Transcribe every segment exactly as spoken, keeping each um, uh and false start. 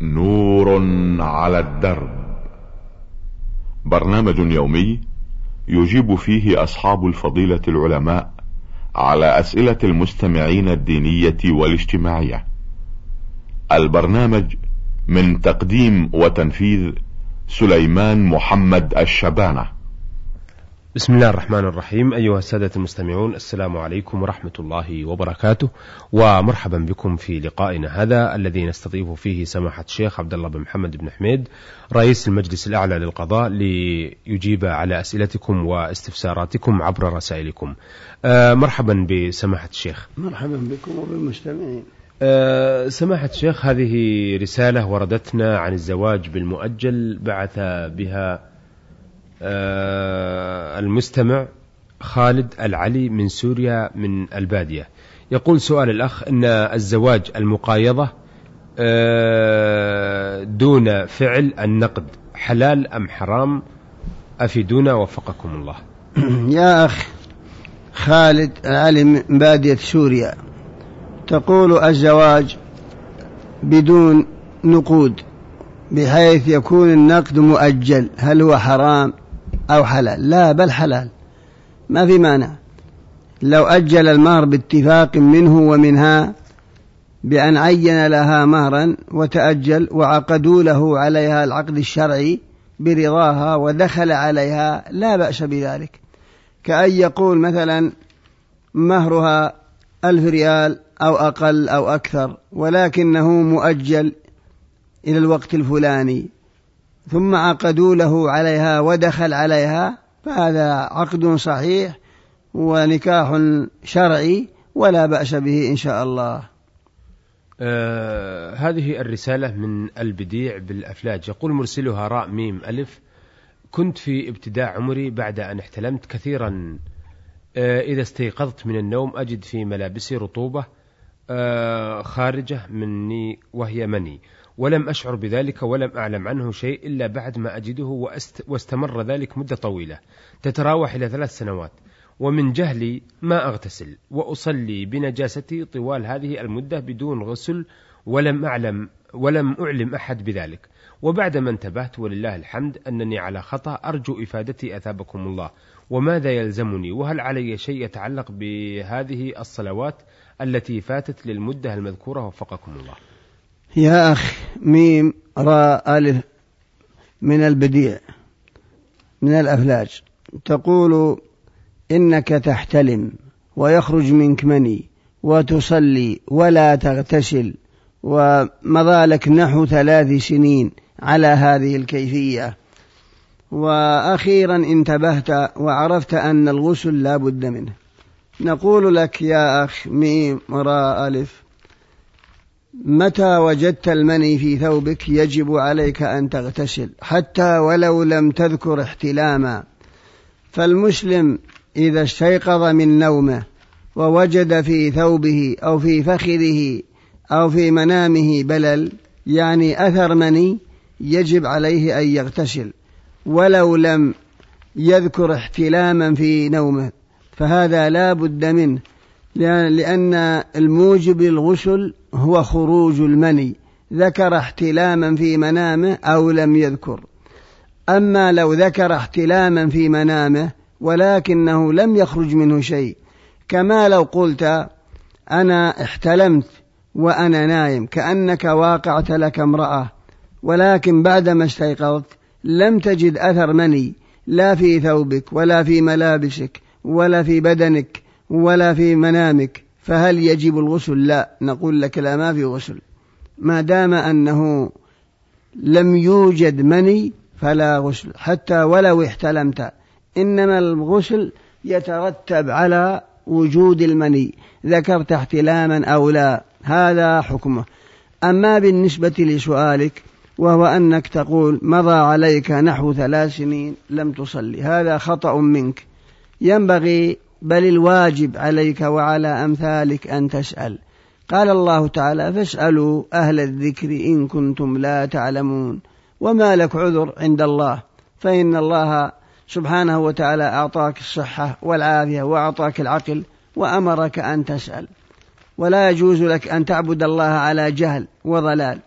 نور على الدرب، برنامج يومي يجيب فيه أصحاب الفضيلة العلماء على أسئلة المستمعين الدينية والاجتماعية. البرنامج من تقديم وتنفيذ سليمان محمد الشبانة. بسم الله الرحمن الرحيم. أيها السادة المستمعون، السلام عليكم ورحمة الله وبركاته، ومرحبا بكم في لقائنا هذا الذي نستضيف فيه سماحة الشيخ عبد الله بن محمد بن حميد رئيس المجلس الأعلى للقضاء ليجيب على أسئلتكم واستفساراتكم عبر رسائلكم. آه مرحبا بسماحة الشيخ. مرحبا بكم وبالمستمعين. آه سماحة الشيخ، هذه رسالة وردتنا عن الزواج بالمؤجل، بعث بها آه المستمع خالد العلي من سوريا من البادية. يقول سؤال الأخ إن الزواج المقايضة آه دون فعل النقد حلال أم حرام؟ أفيدونا وفقكم الله. يا أخ خالد العلي من بادية سوريا، تقول الزواج بدون نقود بحيث يكون النقد مؤجل، هل هو حرام أو حلال؟ لا، بل حلال، ما في مانع. لو أجل المهر باتفاق منه ومنها بأن عين لها مهرا وتأجل وعقدوا له عليها العقد الشرعي برضاها ودخل عليها، لا بأس بذلك. كأن يقول مثلا مهرها ألف ريال أو أقل أو أكثر، ولكنه مؤجل إلى الوقت الفلاني، ثم عقدوا له عليها ودخل عليها، فهذا عقد صحيح ونكاح شرعي ولا بأس به إن شاء الله. آه هذه الرسالة من البديع بالأفلاج. يقول مرسلها راء ميم ألف: كنت في ابتداء عمري بعد أن احتلمت كثيرا. آه إذا استيقظت من النوم أجد في ملابسي رطوبة آه خارجة مني وهي مني، ولم أشعر بذلك ولم أعلم عنه شيء إلا بعد ما أجده، وأست واستمر ذلك مدة طويلة تتراوح إلى ثلاث سنوات، ومن جهلي ما أغتسل وأصلي بنجاستي طوال هذه المدة بدون غسل، ولم أعلم ولم أعلم أحد بذلك. وبعدما انتبهت ولله الحمد أنني على خطأ، أرجو إفادتي أثابكم الله، وماذا يلزمني؟ وهل علي شيء يتعلق بهذه الصلوات التي فاتت للمدة المذكورة؟ وفقكم الله. يا أخ ميم راء ألف من البديع من الأفلاج، تقول إنك تحتلم ويخرج منك مني وتصلي ولا تغتسل، ومضى لك نحو ثلاث سنين على هذه الكيفية، وأخيرا انتبهت وعرفت أن الغسل لا بد منه. نقول لك يا أخ ميم راء ألف، متى وجدت المني في ثوبك يجب عليك أن تغتسل حتى ولو لم تذكر احتلاما. فالمسلم إذا استيقظ من نومه ووجد في ثوبه أو في فخذه أو في منامه بلل، يعني أثر مني، يجب عليه أن يغتسل ولو لم يذكر احتلاما في نومه، فهذا لا بد منه، لأن الموجب للغسل هو خروج المني، ذكر احتلاما في منامه أو لم يذكر. أما لو ذكر احتلاما في منامه ولكنه لم يخرج منه شيء، كما لو قلت أنا احتلمت وأنا نايم، كأنك واقعت لك امرأة، ولكن بعدما استيقظت لم تجد أثر مني لا في ثوبك ولا في ملابسك ولا في بدنك ولا في منامك، فهل يجب الغسل؟ لا، نقول لك لا، ما في غسل ما دام أنه لم يوجد مني، فلا غسل حتى ولو احتلمت، إنما الغسل يترتب على وجود المني، ذكرت احتلاما أو لا، هذا حكمه. أما بالنسبة لسؤالك وهو أنك تقول مضى عليك نحو ثلاث سنين لم تصلي، هذا خطأ منك، ينبغي بل الواجب عليك وعلى أمثالك أن تسأل. قال الله تعالى: فاسألوا أهل الذكر إن كنتم لا تعلمون، وما لك عذر عند الله، فإن الله سبحانه وتعالى أعطاك الصحة والعافية وأعطاك العقل وأمرك أن تسأل، ولا يجوز لك أن تعبد الله على جهل وضلال.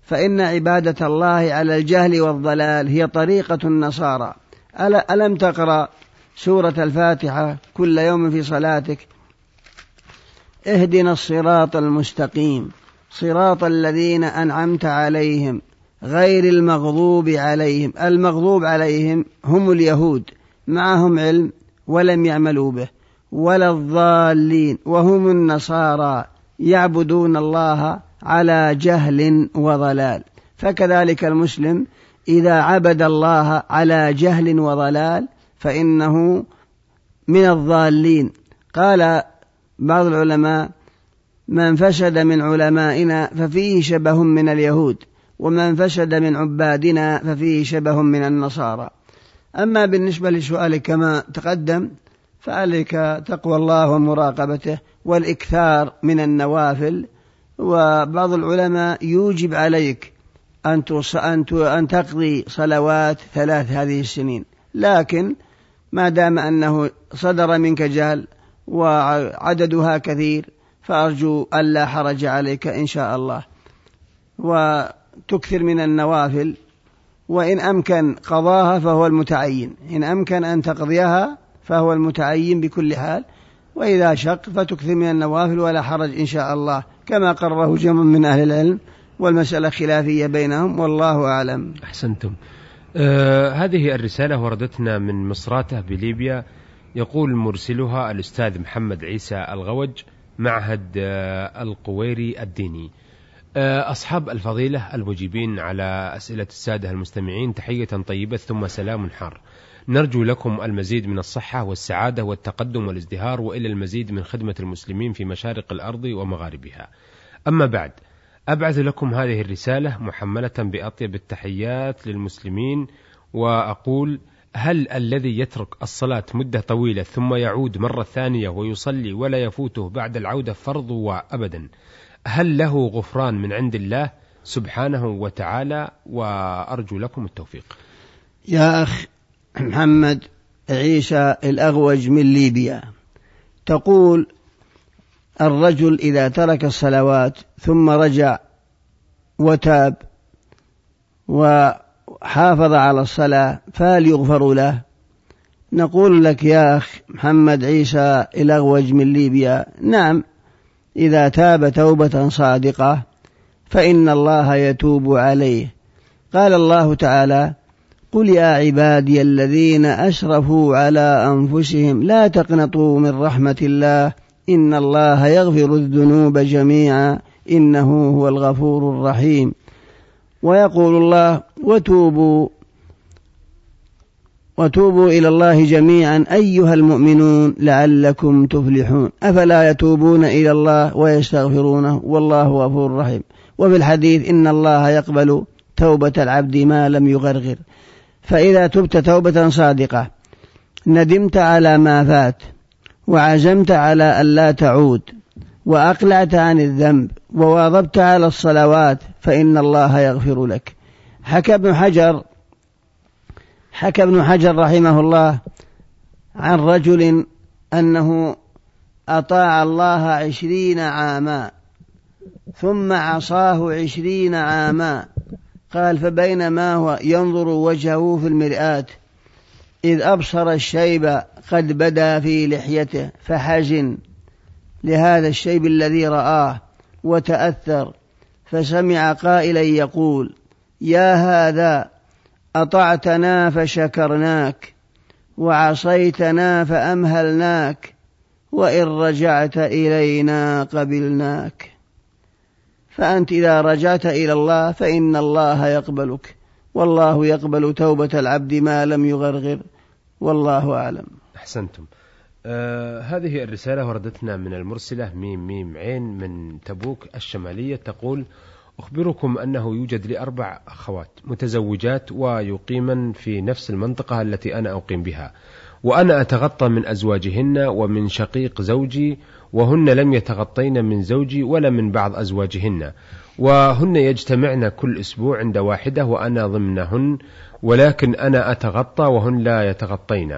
فإن عبادة الله على الجهل والضلال هي طريقة النصارى. ألم تقرأ سورة الفاتحة كل يوم في صلاتك؟ اهدنا الصراط المستقيم صراط الذين أنعمت عليهم غير المغضوب عليهم. المغضوب عليهم هم اليهود، معهم علم ولم يعملوا به، ولا الضالين وهم النصارى يعبدون الله على جهل وضلال. فكذلك المسلم إذا عبد الله على جهل وضلال فإنه من الضالين. قال بعض العلماء: من فسد من علمائنا ففيه شبه من اليهود، ومن فسد من عبادنا ففيه شبه من النصارى. أما بالنسبة لسؤالك كما تقدم فعليك تقوى الله ومراقبته والإكثار من النوافل. وبعض العلماء يوجب عليك أن أن تقضي صلوات ثلاث هذه السنين، لكن ما دام أنه صدر منك جهل وعددها كثير فأرجو ألا حرج عليك إن شاء الله، وتكثر من النوافل. وإن أمكن قضاها فهو المتعين، إن أمكن أن تقضيها فهو المتعين بكل حال، وإذا شق فتكثر من النوافل ولا حرج إن شاء الله، كما قرره جمع من أهل العلم، والمسألة خلافية بينهم والله أعلم. أحسنتم. آه هذه الرسالة وردتنا من مصراتة بليبيا. يقول مرسلها الأستاذ محمد عيسى الغوج، معهد آه القويري الديني. آه أصحاب الفضيلة المجيبين على أسئلة السادة المستمعين، تحية طيبة ثم سلام حار. نرجو لكم المزيد من الصحة والسعادة والتقدم والازدهار، وإلى المزيد من خدمة المسلمين في مشارق الأرض ومغاربها. أما بعد، أبعث لكم هذه الرسالة محملة بأطيب التحيات للمسلمين، وأقول: هل الذي يترك الصلاة مدة طويلة ثم يعود مرة ثانية ويصلي ولا يفوته بعد العودة فرض وأبدا، هل له غفران من عند الله سبحانه وتعالى؟ وأرجو لكم التوفيق. يا أخ محمد عيسى الأغوج من ليبيا، تقول: الرجل إذا ترك الصلوات ثم رجع وتاب وحافظ على الصلاة فهل يغفر له؟ نقول لك يا أخ محمد عيسى الأغوج من ليبيا: نعم، إذا تاب توبة صادقة فإن الله يتوب عليه. قال الله تعالى: قل يا عبادي الذين أسرفوا على أنفسهم لا تقنطوا من رحمة الله إن الله يغفر الذنوب جميعا إنه هو الغفور الرحيم. ويقول الله: وتوبوا وتوبوا إلى الله جميعا أيها المؤمنون لعلكم تفلحون. أفلا يتوبون إلى الله ويستغفرونه والله غفور رحيم. وفي الحديث: إن الله يقبل توبة العبد ما لم يغرغر. فإذا تبت توبة صادقة ندمت على ما فات وعزمت على أن لا تعود وأقلعت عن الذنب وواظبت على الصلوات فإن الله يغفر لك. حكى ابن حجر حكى ابن حجر رحمه الله عن رجل أنه أطاع الله عشرين عاما ثم عصاه عشرين عاما. قال: فبينما هو ينظر وجهه في المرآة إذ أبصر الشيب قد بدا في لحيته فحزن لهذا الشيب الذي رآه وتأثر، فسمع قائلا يقول: يا هذا أطعتنا فشكرناك وعصيتنا فأمهلناك وإن رجعت إلينا قبلناك. فأنت إذا رجعت إلى الله فإن الله يقبلك، والله يقبل توبة العبد ما لم يغرغر، والله أعلم. أحسنتم. آه هذه الرسالة وردتنا من المرسلة ميم ميم عين من تبوك الشمالية، تقول: أخبركم أنه يوجد لي أربع أخوات متزوجات ويقيمن في نفس المنطقة التي أنا أقيم بها، وأنا أتغطى من أزواجهن ومن شقيق زوجي، وهن لم يتغطين من زوجي ولا من بعض أزواجهن، وهن يجتمعن كل أسبوع عند واحدة وأنا ضمنهن، ولكن أنا أتغطى وهن لا يتغطين،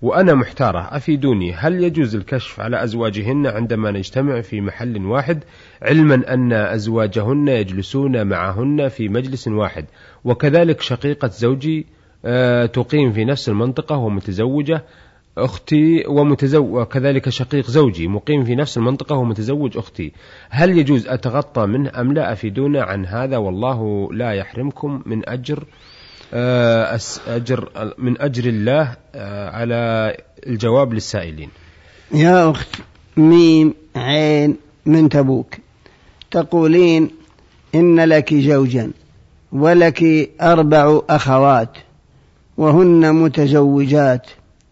وأنا محتارة، أفيدوني، هل يجوز الكشف على أزواجهن عندما نجتمع في محل واحد، علما أن أزواجهن يجلسون معهن في مجلس واحد، وكذلك شقيقة زوجي تقيم في نفس المنطقة ومتزوجة أختي، ومتزوج وكذلك شقيق زوجي مقيم في نفس المنطقة ومتزوج أختي، هل يجوز أتغطى منه أم لا؟ أفيدونا عن هذا، والله لا يحرمكم من أجر أجر من أجر الله على الجواب للسائلين. يا أخت ميم عين من تبوك، تقولين إن لك زوجا ولك أربع أخوات وهن متزوجات،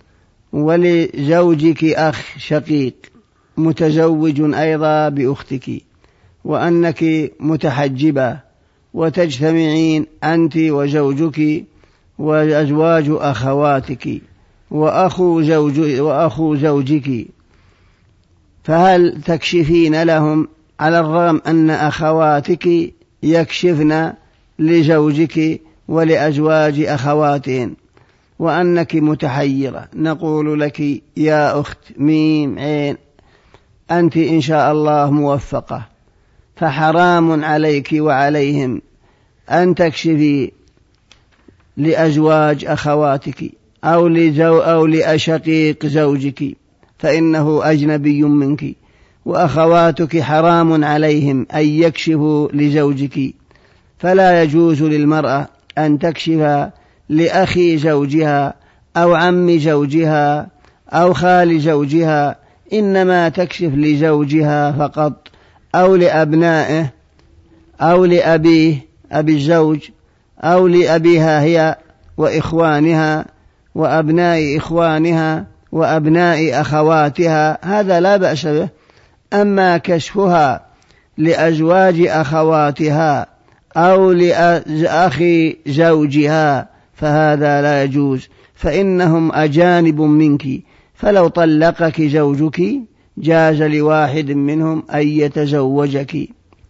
ولزوجك أخ شقيق متزوج أيضا بأختك، وأنك متحجبة وتجتمعين أنت وزوجك وأزواج أخواتك وأخو, زوج وأخو زوجك، فهل تكشفين لهم على الرغم أن أخواتك يكشفن لزوجك ولأزواج أخواتهن وأنك متحيرة؟ نقول لك يا أخت ميم عين، أنت إن شاء الله موفقة، فحرام عليك وعليهم أن تكشفي لأزواج أخواتك أو لزو أو لأشقيق زوجك، فإنه أجنبي منك، وأخواتك حرام عليهم أن يكشفوا لزوجك، فلا يجوز للمرأة أن تكشف لأخي زوجها أو عم زوجها أو خال زوجها، إنما تكشف لزوجها فقط أو لأبنائه أو لأبيه أبي الزوج أو لأبيها هي وإخوانها وأبناء إخوانها وأبناء أخواتها، هذا لا بأس به. أما كشفها لأزواج أخواتها أو لأخي زوجها فهذا لا يجوز، فإنهم أجانب منك، فلو طلقك زوجك جاز لواحد منهم أن يتزوجك.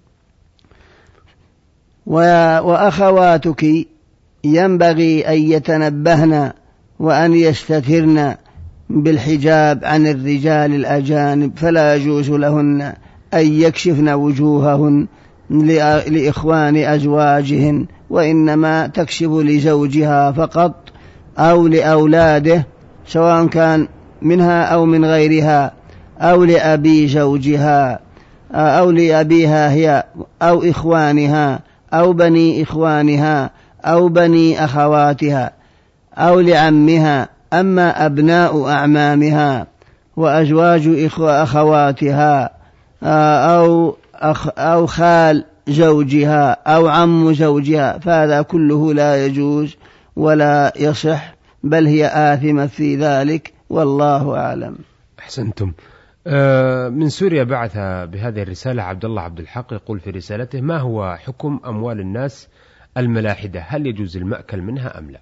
وأخواتك ينبغي أن يتنبهن وأن يستترن بالحجاب عن الرجال الأجانب، فلا يجوز لهن أن يكشفن وجوههن لإخوان أزواجهن، وإنما تكشف لزوجها فقط أو لأولاده سواء كان منها أو من غيرها أو لأبي زوجها أو لأبيها هي أو إخوانها أو بني إخوانها أو بني أخواتها أو لعمها. أما أبناء أعمامها وأزواج أخواتها أو, أخ أو خال زوجها أو عم زوجها فهذا كله لا يجوز ولا يصح، بل هي آثمة في ذلك، والله أعلم. أحسنتم. من سوريا بعث بهذه الرسالة عبد الله عبد الحق، يقول في رسالته: ما هو حكم أموال الناس الملاحدة؟ هل يجوز المأكل منها أم لا؟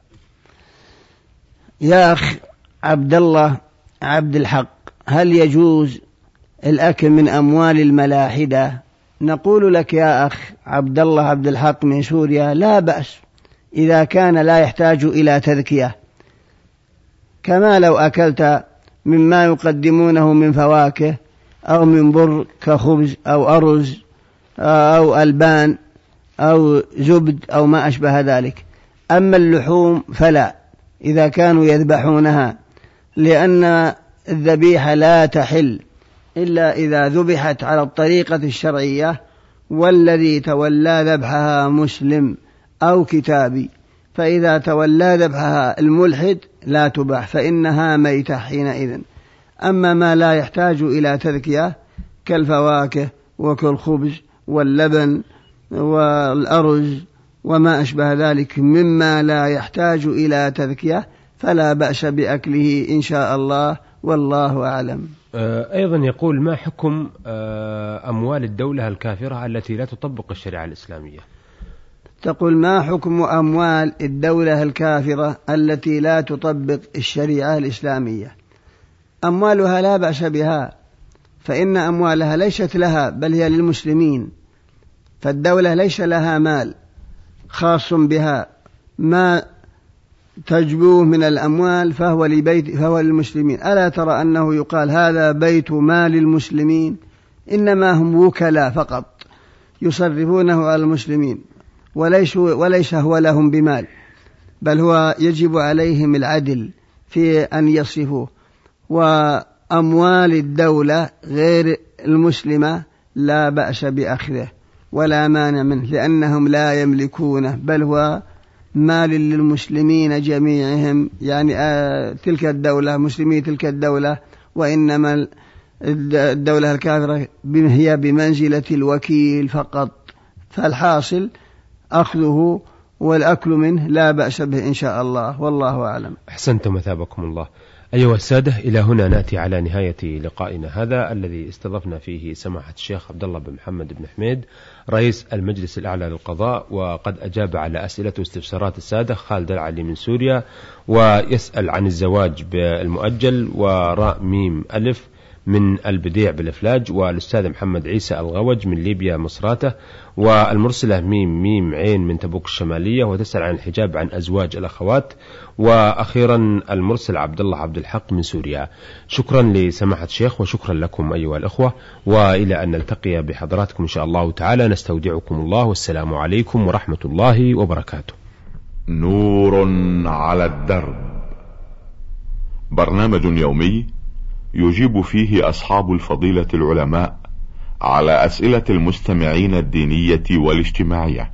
يا أخ عبد الله عبد الحق، هل يجوز الأكل من أموال الملاحدة؟ نقول لك يا أخ عبد الله عبد الحق من سوريا: لا بأس إذا كان لا يحتاج إلى تذكية، كما لو أكلت مما يقدمونه من فواكه أو من بر كخبز أو أرز أو ألبان أو زبد أو ما أشبه ذلك. أما اللحوم فلا، إذا كانوا يذبحونها، لأن الذبيحة لا تحل إلا إذا ذبحت على الطريقة الشرعية، والذي تولى ذبحها مسلم أو كتابي، فإذا تولى ذبحها الملحد لا تباح، فإنها ميتة حينئذ. أما ما لا يحتاج إلى تذكية كالفواكه وكالخبز واللبن والأرز وما أشبه ذلك مما لا يحتاج إلى تذكية فلا بأس بأكله إن شاء الله، والله أعلم. أيضا يقول: ما حكم أموال الدولة الكافرة التي لا تطبق الشريعة الإسلامية؟ تقول: ما حكم أموال الدولة الكافرة التي لا تطبق الشريعة الإسلامية؟ أموالها لا بأس بها، فإن أموالها ليست لها بل هي للمسلمين، فالدولة ليس لها مال خاص بها، ما تجبوه من الأموال فهو لبيت فهو للمسلمين. ألا ترى أنه يقال هذا بيت مال المسلمين؟ إنما هم وكلاء فقط يصرفونه على المسلمين، وليس وليس هو لهم بمال، بل هو يجب عليهم العدل في أن يصرفوه. وأموال الدولة غير المسلمة لا بأس بأخذه ولا مانع منه، لأنهم لا يملكونه، بل هو مال للمسلمين جميعهم، يعني آه تلك الدولة مسلمي تلك الدولة، وإنما الدولة الكافرة هي بمنزلة الوكيل فقط. فالحاصل أخذه والأكل منه لا بأس به إن شاء الله، والله أعلم. أحسنتم مثابكم الله. أيها السادة، إلى هنا نأتي على نهاية لقائنا هذا الذي استضفنا فيه سماحة الشيخ عبد الله بن محمد بن حميد رئيس المجلس الأعلى للقضاء، وقد أجاب على أسئلة واستفسارات السادة خالد العلي من سوريا، ويسأل عن الزواج بالمؤجل، وراء ميم ألف من البديع بالإفلاج، والأستاذ محمد عيسى الغوج من ليبيا مصراته، والمرسلة ميم ميم عين من تبوك الشمالية وتسأل عن الحجاب عن أزواج الأخوات، وأخيرا المرسل عبد الله عبد الحق من سوريا. شكرا لسماحة الشيخ وشكرا لكم أيها الأخوة، وإلى أن نلتقي بحضراتكم إن شاء الله تعالى نستودعكم الله، والسلام عليكم ورحمة الله وبركاته. نور على الدرب، برنامج يومي يجيب فيه أصحاب الفضيلة العلماء على أسئلة المستمعين الدينية والاجتماعية.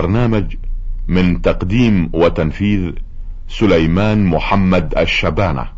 البرنامج من تقديم وتنفيذ سليمان محمد الشبانة.